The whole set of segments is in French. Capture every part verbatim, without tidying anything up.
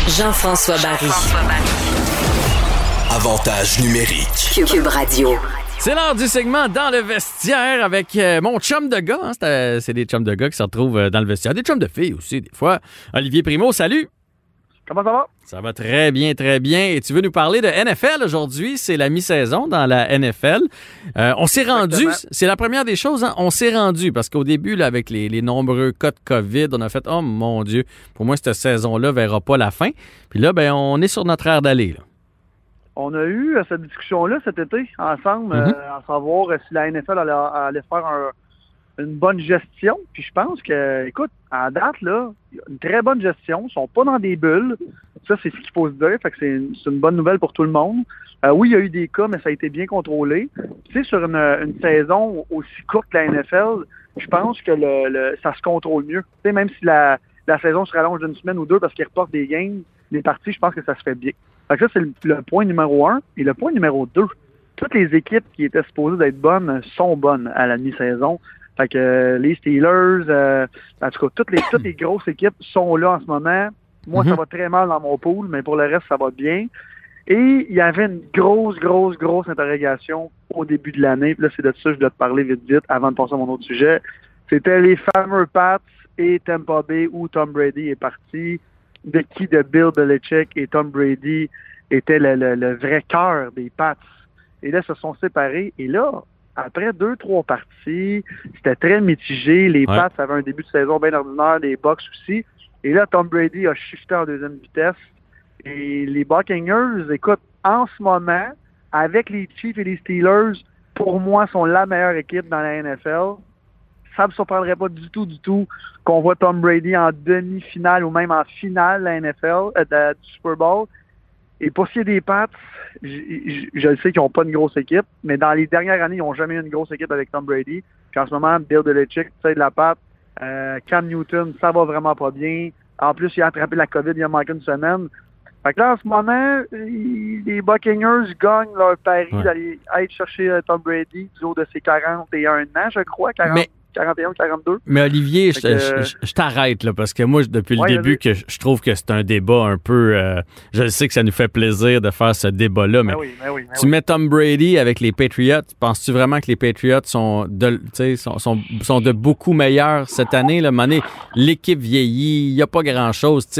Jean-François Barry. Avantage numérique. Cube Radio. C'est l'heure du segment Dans le vestiaire avec euh, mon chum de gars. Hein. C'est, euh, c'est des chums de gars qui se retrouvent euh, dans le vestiaire. Des chums de filles aussi, des fois. Olivier Primo, salut! Comment ça va? Ça va très bien, très bien. Et tu veux nous parler de N F L aujourd'hui. C'est la mi-saison dans la N F L. Euh, on s'est rendu, c'est la première des choses, hein? On s'est rendu parce qu'au début, là, avec les, les nombreux cas de COVID, on a fait « Oh mon Dieu, pour moi, cette saison-là ne verra pas la fin. » Puis là, ben, on est sur notre aire d'aller. Là. On a eu cette discussion-là cet été, ensemble, mm-hmm. euh, à savoir si la N F L allait, allait faire un, une bonne gestion. Puis je pense que, écoute, à date, là, une très bonne gestion. Ils sont pas dans des bulles. Ça, c'est ce qu'il faut se dire. Fait que c'est une, c'est une bonne nouvelle pour tout le monde. Euh, oui, il y a eu des cas, mais ça a été bien contrôlé. Tu sais, sur une, une saison aussi courte que la N F L, je pense que le, le, ça se contrôle mieux. Tu sais, même si la, la saison se rallonge d'une semaine ou deux parce qu'ils reportent des games, les parties, je pense que ça se fait bien. Fait que ça, c'est le, le point numéro un. Et le point numéro deux, toutes les équipes qui étaient supposées d'être bonnes sont bonnes à la mi-saison. Fait que euh, les Steelers, euh, en tout cas, toutes les, toutes les grosses équipes sont là en ce moment. Moi, mm-hmm. ça va très mal dans mon pool, mais pour le reste, ça va bien. Et il y avait une grosse, grosse, grosse interrogation au début de l'année. Puis là, c'est de ça que je dois te parler vite, vite, avant de passer à mon autre sujet. C'était les fameux Pats et Tampa Bay où Tom Brady est parti. De qui de Bill Belichick et Tom Brady était le, le, le vrai cœur des Pats. Et là, ils se sont séparés. Et là, après deux, trois parties, c'était très mitigé. Les ouais. Pats avaient un début de saison bien ordinaire, les Bucks aussi. Et là, Tom Brady a shifté en deuxième vitesse. Et les Buccaneers, écoute, en ce moment, avec les Chiefs et les Steelers, pour moi, sont la meilleure équipe dans la N F L. Ça ne me surprendrait pas du tout, du tout qu'on voit Tom Brady en demi-finale ou même en finale de la N F L, euh, de, du Super Bowl. Et pour ce qui est des Pats, je, je, je sais qu'ils n'ont pas une grosse équipe, mais dans les dernières années, ils n'ont jamais eu une grosse équipe avec Tom Brady. Puis en ce moment, Bill Belichick, tu sais, de la patte. Euh, Cam Newton, ça va vraiment pas bien. En plus, il a attrapé la COVID il y a manqué une semaine. Fait que là, en ce moment, les Buccaneers gagnent leur pari ouais. d'aller aller chercher Tom Brady du haut de ses quarante et un ans, je crois, quarante. Mais... quarante et un, quarante-deux. Mais Olivier, je, que... je, je t'arrête là parce que moi, depuis le ouais, début, que je, je trouve que c'est un débat un peu... Euh, je sais que ça nous fait plaisir de faire ce débat-là, mais, mais, oui, mais, oui, mais tu oui. mets Tom Brady avec les Patriots, penses-tu vraiment que les Patriots sont de, sont, sont, sont de beaucoup meilleurs cette année? Là, Mané, l'équipe vieillit, il n'y a pas grand-chose.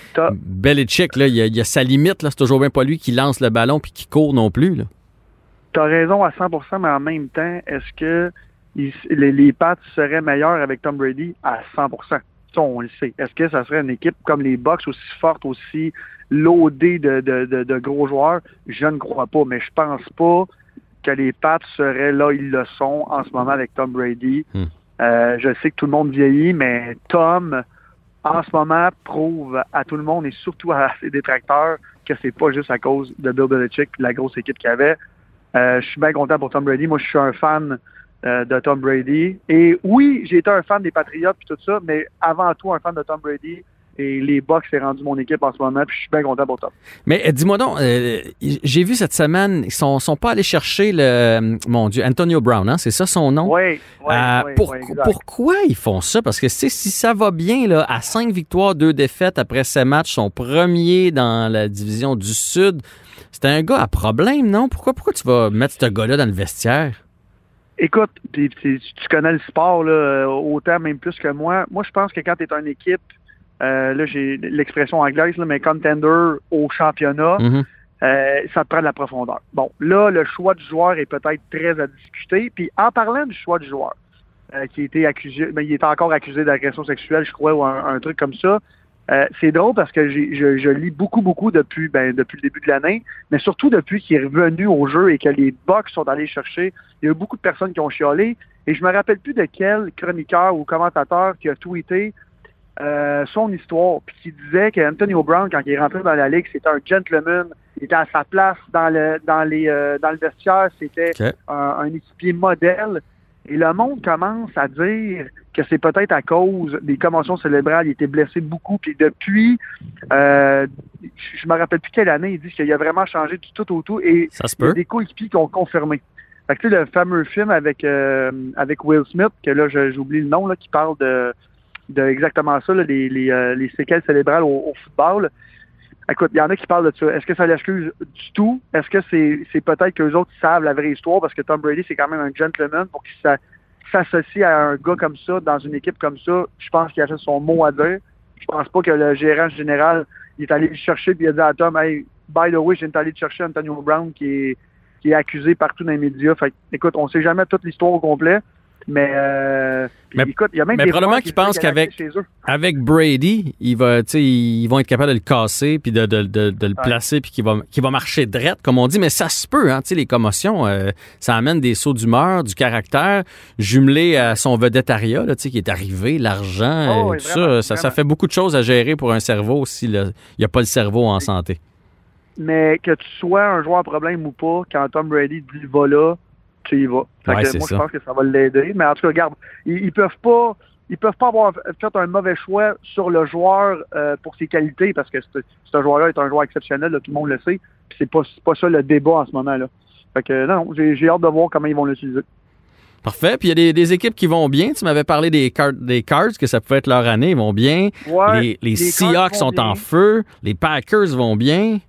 Belichick, là, il y a, y a sa limite. Là, c'est toujours bien pas lui qui lance le ballon puis qui court non plus. Là. T'as raison à cent pour cent, mais en même temps, est-ce que Les, les Pats seraient meilleurs avec Tom Brady à cent pour cent. Ça, on le sait. Est-ce que ça serait une équipe comme les Bucks aussi forte, aussi loadée de, de, de, de gros joueurs? Je ne crois pas, mais je pense pas que les Pats seraient là, ils le sont en ce moment avec Tom Brady. Hmm. Euh, je sais que tout le monde vieillit, mais Tom, en ce moment, prouve à tout le monde et surtout à ses détracteurs que c'est pas juste à cause de Bill Belichick et de la grosse équipe qu'il avait. Euh, je suis bien content pour Tom Brady. Moi, je suis un fan Euh, de Tom Brady. Et oui, j'ai été un fan des Patriots puis tout ça, mais avant tout un fan de Tom Brady. Et les Bucks, c'est rendu mon équipe en ce moment, puis je suis bien content pour Tom. Mais euh, dis-moi donc, euh, j'ai vu cette semaine, ils sont, sont pas allés chercher le, mon Dieu, Antonio Brown, hein, c'est ça son nom? Oui, oui, euh, oui, pour, oui, pourquoi ils font ça? Parce que si ça va bien, là, à cinq victoires, deux défaites après ces matchs, sont premiers dans la division du Sud, c'est un gars à problème, non? Pourquoi, pourquoi tu vas mettre ce gars-là dans le vestiaire? Écoute, tu, tu, tu connais le sport là, autant, même plus que moi. Moi, je pense que quand tu es une équipe, euh, là, j'ai l'expression anglaise, là, mais contender au championnat, mm-hmm. euh, ça te prend de la profondeur. Bon, là, le choix du joueur est peut-être très à discuter. Puis en parlant du choix du joueur, euh, qui a été accusé, ben, il est encore accusé d'agression sexuelle, je crois, ou un, un truc comme ça. Euh, c'est drôle parce que j'ai, je, je lis beaucoup, beaucoup depuis, ben, depuis le début de l'année, mais surtout depuis qu'il est revenu au jeu et que les Bucks sont allés chercher. Il y a eu beaucoup de personnes qui ont chialé et je me rappelle plus de quel chroniqueur ou commentateur qui a tweeté euh, son histoire puis qui disait qu'Antonio Brown, quand il est rentré dans la ligue, c'était un gentleman, il était à sa place dans le dans les euh, dans le vestiaire, c'était okay. un, un équipier modèle. Et le monde commence à dire que c'est peut-être à cause des commotions cérébrales. Il était blessé beaucoup. Puis depuis, euh, je me rappelle plus quelle année, il dit qu'il a vraiment changé du tout au tout. Et ça se il y a des coéquipiers qui ont confirmé. Fait que, tu sais, le fameux film avec euh, avec Will Smith, que là, je, j'oublie le nom, là, qui parle de, de exactement ça, là, les, les, euh, les séquelles cérébrales au, au football. écoute, il y en a qui parlent de ça. Est-ce que ça l'excuse du tout? Est-ce que c'est, c'est peut-être qu'eux autres savent la vraie histoire parce que Tom Brady, c'est quand même un gentleman pour qu'il s'a- s'associe à un gars comme ça, dans une équipe comme ça? Je pense qu'il a fait son mot à dire. Je pense pas que le gérant général il est allé le chercher et il a dit à Tom, hey, by the way, j'ai allé chercher Antonio Brown qui est, qui est accusé partout dans les médias. Fait écoute, on sait jamais toute l'histoire au complet. Mais, euh, mais, écoute, il y a même mais des probablement qu'ils pensent qu'avec avec Brady, il va, ils vont être capables de le casser puis de, de, de, de le ouais. placer puis qu'il va, qu'il va marcher drette, comme on dit. Mais ça se peut, hein, les commotions, euh, ça amène des sauts d'humeur, du caractère, jumelé à son vedettariat là, qui est arrivé, l'argent, oh, oui, tout vraiment, ça, ça. Ça fait beaucoup de choses à gérer pour un cerveau s'il n'y a pas le cerveau en santé. Mais que tu sois un joueur à problème ou pas, quand Tom Brady dit « va là », tu y vas. Fait ouais, que moi, ça. je pense que ça va l'aider. Mais en tout cas, regarde, ils, ils peuvent pas ils peuvent pas avoir fait un mauvais choix sur le joueur euh, pour ses qualités, parce que ce, ce joueur-là est un joueur exceptionnel, là, tout le monde le sait. Puis c'est pas, c'est pas ça le débat en ce moment-là. Fait que non, j'ai, j'ai hâte de voir comment ils vont l'utiliser. Parfait. Puis il y a des, des équipes qui vont bien. Tu m'avais parlé des Cards, des Cards, que ça pouvait être leur année. Ils vont bien. Ouais, les les, les Seahawks sont bien. En feu. Les Packers vont bien.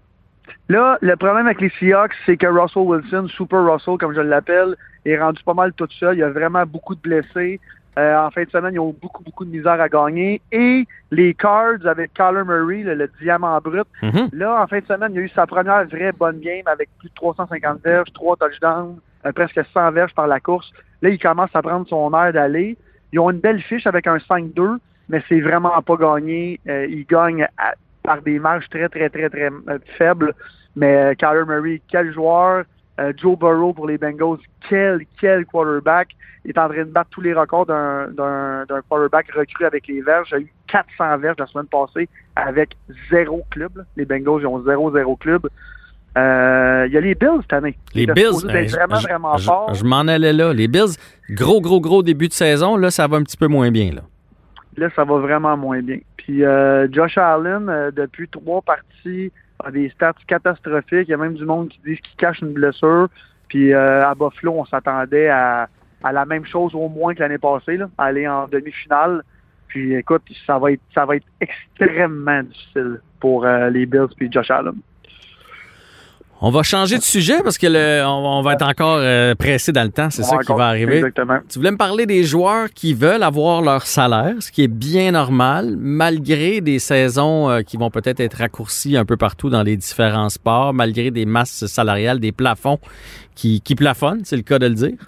Là, le problème avec les Seahawks, c'est que Russell Wilson, Super Russell, comme je l'appelle, est rendu pas mal tout seul. Il y a vraiment beaucoup de blessés. Euh, en fin de semaine, ils ont beaucoup, beaucoup de misère à gagner. Et les Cards avec Kyler Murray, le, le diamant brut, mm-hmm. là, en fin de semaine, il y a eu sa première vraie bonne game avec plus de trois cent cinquante verges, trois touchdowns, euh, presque cent verges par la course. Là, il commence à prendre son air d'aller. Ils ont une belle fiche avec un cinq deux, mais c'est vraiment pas gagné. Euh, ils gagnent à, par des marges très, très, très, très euh, faibles. Mais euh, Kyler Murray, quel joueur. Euh, Joe Burrow pour les Bengals, quel, quel quarterback. Il est en train de battre tous les records d'un, d'un, d'un quarterback recru avec les verges. Il a eu quatre cents verges la semaine passée avec zéro club. Là. Les Bengals, ils ont zéro, zéro club. Euh, il y a les Bills cette année. Les Bills, ben, vraiment, je, vraiment je, fort. Je m'en allais là. Les Bills, gros, gros, gros début de saison. Là, ça va un petit peu moins bien. Là, là ça va vraiment moins bien. Puis euh, Josh Allen, euh, depuis trois parties, a des stats catastrophiques. Il y a même du monde qui dit qu'il cache une blessure. Puis euh, à Buffalo, on s'attendait à, à la même chose au moins que l'année passée, là, aller en demi-finale. Puis écoute, ça va être ça va être extrêmement difficile pour euh, les Bills puis Josh Allen. On va changer de sujet parce que le, on, on va être encore euh, pressé dans le temps. C'est ça encore, qui va arriver. Exactement. Tu voulais me parler des joueurs qui veulent avoir leur salaire, ce qui est bien normal, malgré des saisons euh, qui vont peut-être être raccourcies un peu partout dans les différents sports, malgré des masses salariales, des plafonds qui, qui plafonnent, c'est le cas de le dire.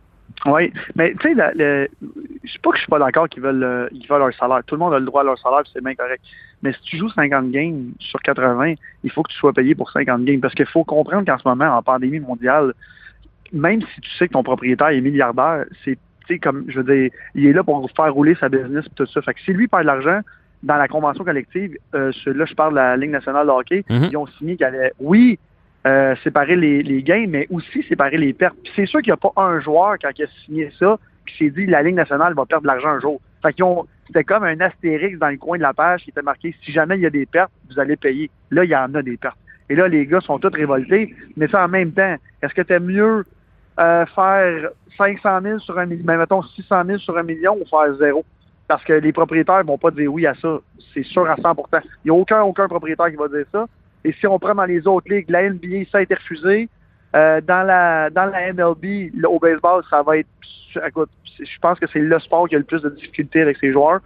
Oui, mais tu sais, le, je sais pas que je suis pas d'accord qu'ils veulent, euh, qu'ils veulent leur salaire. Tout le monde a le droit à leur salaire, c'est bien correct. Mais si tu joues cinquante games sur quatre-vingts, il faut que tu sois payé pour cinquante games. Parce qu'il faut comprendre qu'en ce moment, en pandémie mondiale, même si tu sais que ton propriétaire est milliardaire, c'est, tu sais, comme, je veux dire, il est là pour faire rouler sa business et tout ça. Fait que si lui perd de l'argent, dans la convention collective, euh, là, je parle de la Ligue nationale de hockey, mm-hmm. ils ont signé qu'il allait, oui, Euh, séparer les, les gains, mais aussi séparer les pertes. Puis c'est sûr qu'il n'y a pas un joueur, quand il a signé ça, qui s'est dit la Ligue nationale va perdre de l'argent un jour. Fait qu'ils ont, c'était comme un astérix dans le coin de la page qui était marqué « Si jamais il y a des pertes, vous allez payer ». Là, il y en a des pertes. Et là, les gars sont tous révoltés. Mais ça, en même temps, est-ce que t'aimes mieux euh, faire cinq cent mille sur un million, ben, mettons six cent mille sur un million ou faire zéro? Parce que les propriétaires vont pas dire oui à ça. C'est sûr à cent pour cent. Il n'y a aucun, aucun propriétaire qui va dire ça. Et si on prend dans les autres ligues, la N B A, ça a été refusé. Euh, dans la dans la M L B, là, au baseball, ça va être... Écoute, je pense que c'est le sport qui a le plus de difficultés avec ses joueurs.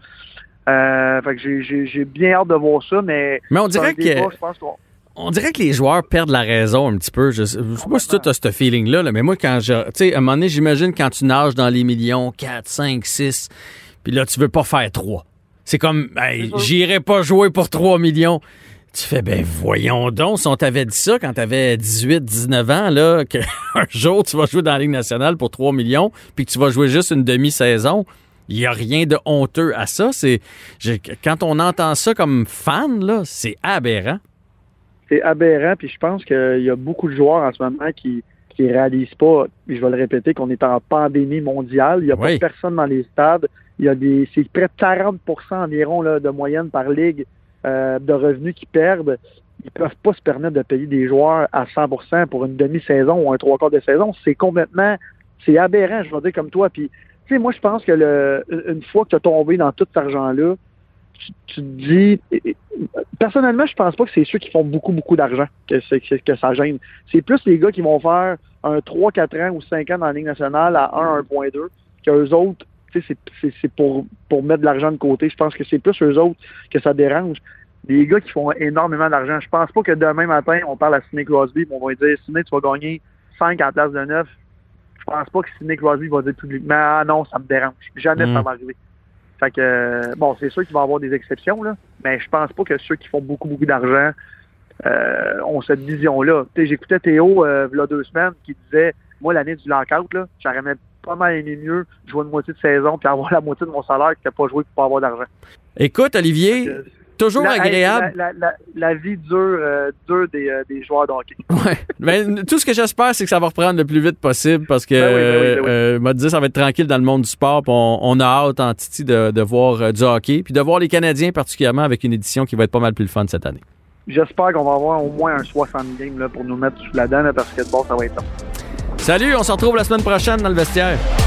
Euh, fait que j'ai, j'ai, j'ai bien hâte de voir ça, mais... Mais on dirait que... Débat, je pense qu'on... On dirait que les joueurs perdent la raison un petit peu. Je sais, je sais pas si tu as ce feeling-là, là, mais moi, quand je... Tu sais, à un moment donné, j'imagine quand tu nages dans les millions, quatre, cinq, six, puis là, tu veux pas faire trois. C'est comme, hey, j'irai pas jouer pour trois millions. Tu fais, ben voyons donc, si on t'avait dit ça quand t'avais dix-huit, dix-neuf ans, là, qu'un jour tu vas jouer dans la Ligue nationale pour trois millions, puis que tu vas jouer juste une demi-saison, il n'y a rien de honteux à ça. C'est, je, quand on entend ça comme fan, là, c'est aberrant. C'est aberrant, puis je pense qu'il y a beaucoup de joueurs en ce moment qui qui réalisent pas, puis je vais le répéter, qu'on est en pandémie mondiale. Il n'y a oui. pas personne dans les stades. Il y a des, c'est près de quarante pour cent environ là, de moyenne par ligue. Euh, de revenus qu'ils perdent, ils peuvent pas se permettre de payer des joueurs à cent pour cent pour une demi-saison ou un trois quarts de saison. C'est complètement, c'est aberrant, je vais dire comme toi. Puis, tu sais, moi, je pense que le, une fois que tu as tombé dans tout cet argent-là, tu, tu te dis... Personnellement, je pense pas que c'est ceux qui font beaucoup, beaucoup d'argent que, c'est, que, que ça gêne. C'est plus les gars qui vont faire un trois quatre ans ou cinq ans dans la Ligue nationale à un, un virgule deux, qu'eux autres, tu sais, c'est, c'est, c'est pour, pour mettre de l'argent de côté. Je pense que c'est plus eux autres que ça dérange. Les gars qui font énormément d'argent. Je pense pas que demain matin, on parle à Sidney Crosby, on va lui dire, Sidney, tu vas gagner cinq à la place de neuf. Je pense pas que Sidney Crosby va dire publiquement, ah non, ça me dérange. Jamais mmh. ça va arriver. Fait que, bon, c'est sûr qu'il va y avoir des exceptions, là, mais je pense pas que ceux qui font beaucoup, beaucoup d'argent euh, ont cette vision-là. Tu sais, j'écoutais Théo, euh, il y a deux semaines, qui disait, moi, l'année du lockout, là, j'aurais même pas mal aimé mieux jouer une moitié de saison puis avoir la moitié de mon salaire que de pas jouer pour pas avoir d'argent. Écoute, Olivier, que, toujours la, agréable. La, la, la, la vie dure, euh, dure des, euh, des joueurs de hockey. Ouais. Ben, tout ce que j'espère, c'est que ça va reprendre le plus vite possible parce que, ben oui, ben oui, ben oui. euh, m'a dit, ça va être tranquille dans le monde du sport. On, on a hâte en Titi de, de voir euh, du hockey puis de voir les Canadiens particulièrement avec une édition qui va être pas mal plus le fun cette année. J'espère qu'on va avoir au moins un soixante games là, pour nous mettre sous la dent là, parce que bon, ça va être top. Salut, on se retrouve la semaine prochaine dans le vestiaire.